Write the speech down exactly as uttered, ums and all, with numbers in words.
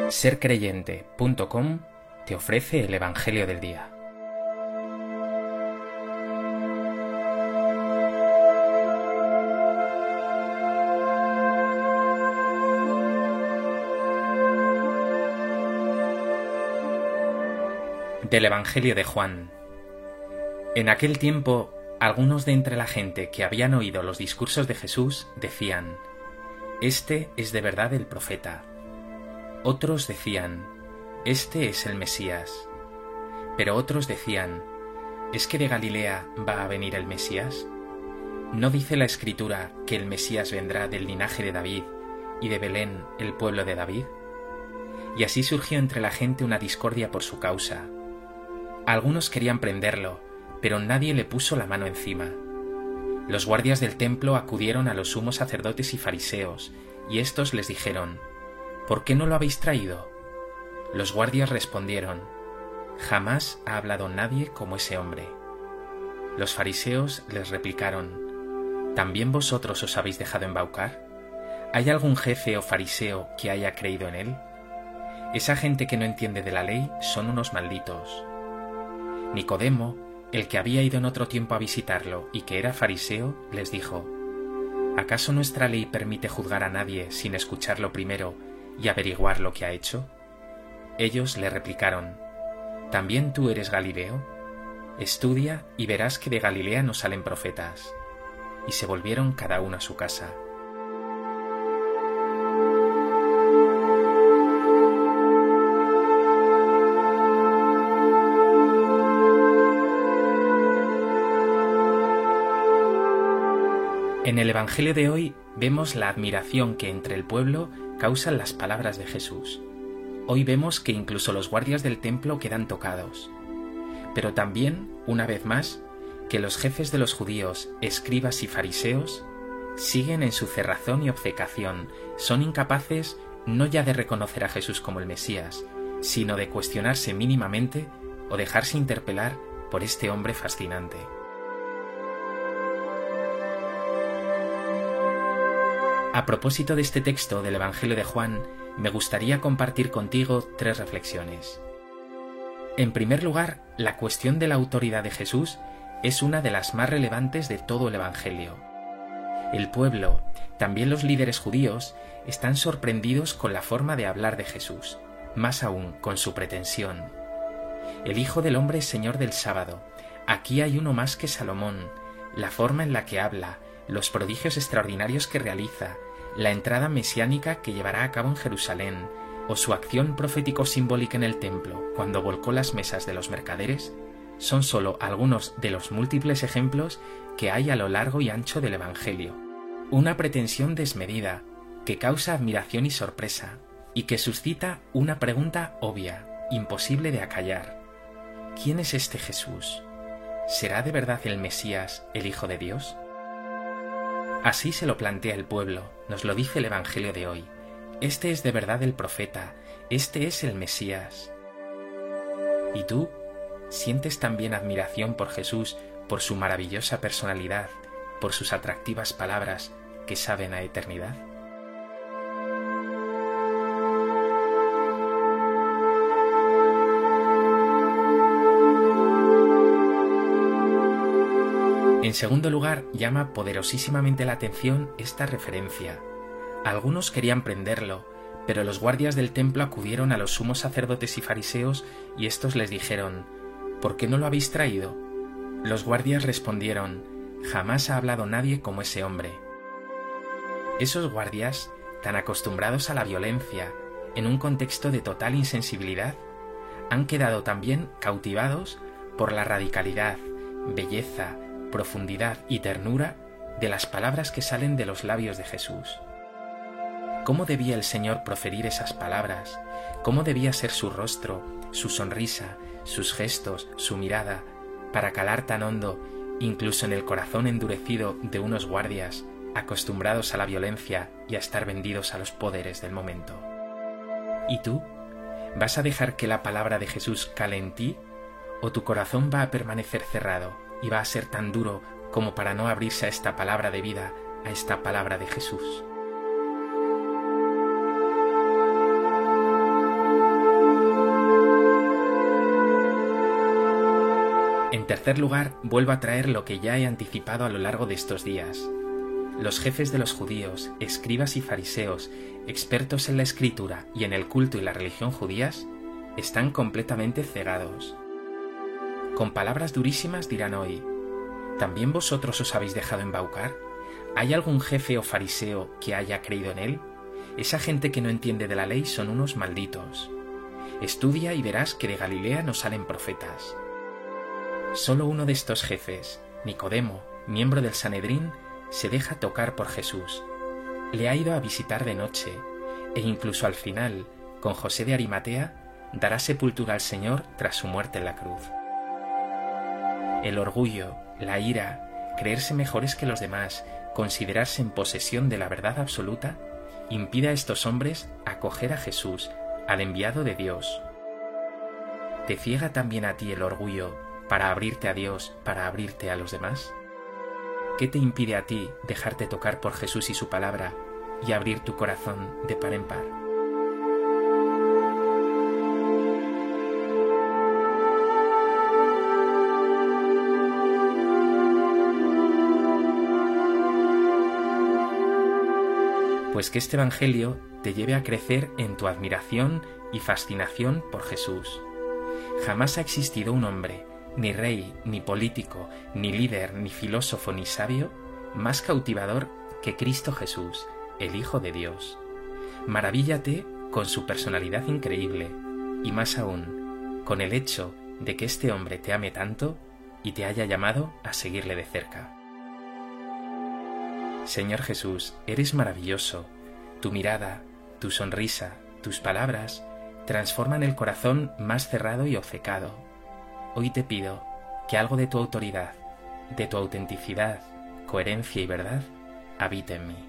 ser creyente punto com te ofrece el Evangelio del Día. Del Evangelio de Juan. En aquel tiempo, algunos de entre la gente que habían oído los discursos de Jesús decían: «Este es de verdad el profeta». Otros decían: «Este es el Mesías». Pero otros decían: ¿es que de Galilea va a venir el Mesías? ¿No dice la Escritura que el Mesías vendrá del linaje de David y de Belén, el pueblo de David? Y así surgió entre la gente una discordia por su causa. Algunos querían prenderlo, pero nadie le puso la mano encima. Los guardias del templo acudieron a los sumos sacerdotes y fariseos, y éstos les dijeron: «¿Por qué no lo habéis traído?» Los guardias respondieron: «Jamás ha hablado nadie como ese hombre». Los fariseos les replicaron: ¿también vosotros os habéis dejado embaucar? ¿Hay algún jefe o fariseo que haya creído en él? Esa gente que no entiende de la ley son unos malditos. Nicodemo, el que había ido en otro tiempo a visitarlo y que era fariseo, les dijo: ¿acaso nuestra ley permite juzgar a nadie sin escucharlo primero y averiguar lo que ha hecho? Ellos le replicaron: ¿también tú eres Galileo? Estudia y verás que de Galilea no salen profetas. Y se volvieron cada uno a su casa. En el Evangelio de hoy vemos la admiración que entre el pueblo causan las palabras de Jesús. Hoy vemos que incluso los guardias del templo quedan tocados. Pero también, una vez más, que los jefes de los judíos, escribas y fariseos, siguen en su cerrazón y obcecación, son incapaces no ya de reconocer a Jesús como el Mesías, sino de cuestionarse mínimamente o dejarse interpelar por este hombre fascinante. A propósito de este texto del Evangelio de Juan, me gustaría compartir contigo tres reflexiones. En primer lugar, la cuestión de la autoridad de Jesús es una de las más relevantes de todo el Evangelio. El pueblo, también los líderes judíos, están sorprendidos con la forma de hablar de Jesús, más aún con su pretensión. El Hijo del Hombre es Señor del sábado. Aquí hay uno más que Salomón. La forma en la que habla, los prodigios extraordinarios que realiza, la entrada mesiánica que llevará a cabo en Jerusalén, o su acción profético-simbólica en el templo, cuando volcó las mesas de los mercaderes, son solo algunos de los múltiples ejemplos que hay a lo largo y ancho del Evangelio. Una pretensión desmedida, que causa admiración y sorpresa, y que suscita una pregunta obvia, imposible de acallar. ¿Quién es este Jesús? ¿Será de verdad el Mesías, el Hijo de Dios? Así se lo plantea el pueblo, nos lo dice el Evangelio de hoy. Este es de verdad el profeta, este es el Mesías. ¿Y tú? ¿Sientes también admiración por Jesús, por su maravillosa personalidad, por sus atractivas palabras que saben a eternidad? En segundo lugar, llama poderosísimamente la atención esta referencia. Algunos querían prenderlo, pero los guardias del templo acudieron a los sumos sacerdotes y fariseos y éstos les dijeron: ¿por qué no lo habéis traído? Los guardias respondieron: jamás ha hablado nadie como ese hombre. Esos guardias, tan acostumbrados a la violencia, en un contexto de total insensibilidad, han quedado también cautivados por la radicalidad, belleza, profundidad y ternura de las palabras que salen de los labios de Jesús. ¿Cómo debía el Señor proferir esas palabras? ¿Cómo debía ser su rostro, su sonrisa, sus gestos, su mirada, para calar tan hondo, incluso en el corazón endurecido de unos guardias acostumbrados a la violencia y a estar vendidos a los poderes del momento? ¿Y tú? ¿Vas a dejar que la palabra de Jesús cale en ti? ¿O tu corazón va a permanecer cerrado y va a ser tan duro como para no abrirse a esta palabra de vida, a esta palabra de Jesús? En tercer lugar, vuelvo a traer lo que ya he anticipado a lo largo de estos días. Los jefes de los judíos, escribas y fariseos, expertos en la escritura y en el culto y la religión judías, están completamente cegados. Con palabras durísimas dirán hoy: ¿también vosotros os habéis dejado embaucar? ¿Hay algún jefe o fariseo que haya creído en él? Esa gente que no entiende de la ley son unos malditos. Estudia y verás que de Galilea no salen profetas. Solo uno de estos jefes, Nicodemo, miembro del Sanedrín, se deja tocar por Jesús. Le ha ido a visitar de noche, e incluso al final, con José de Arimatea, dará sepultura al Señor tras su muerte en la cruz. El orgullo, la ira, creerse mejores que los demás, considerarse en posesión de la verdad absoluta, impide a estos hombres acoger a Jesús, al enviado de Dios. ¿Te ciega también a ti el orgullo para abrirte a Dios, para abrirte a los demás? ¿Qué te impide a ti dejarte tocar por Jesús y su palabra y abrir tu corazón de par en par? Pues que este Evangelio te lleve a crecer en tu admiración y fascinación por Jesús. Jamás ha existido un hombre, ni rey, ni político, ni líder, ni filósofo, ni sabio, más cautivador que Cristo Jesús, el Hijo de Dios. Maravíllate con su personalidad increíble, y más aún, con el hecho de que este hombre te ame tanto y te haya llamado a seguirle de cerca. Señor Jesús, eres maravilloso. Tu mirada, tu sonrisa, tus palabras transforman el corazón más cerrado y obcecado. Hoy te pido que algo de tu autoridad, de tu autenticidad, coherencia y verdad habite en mí.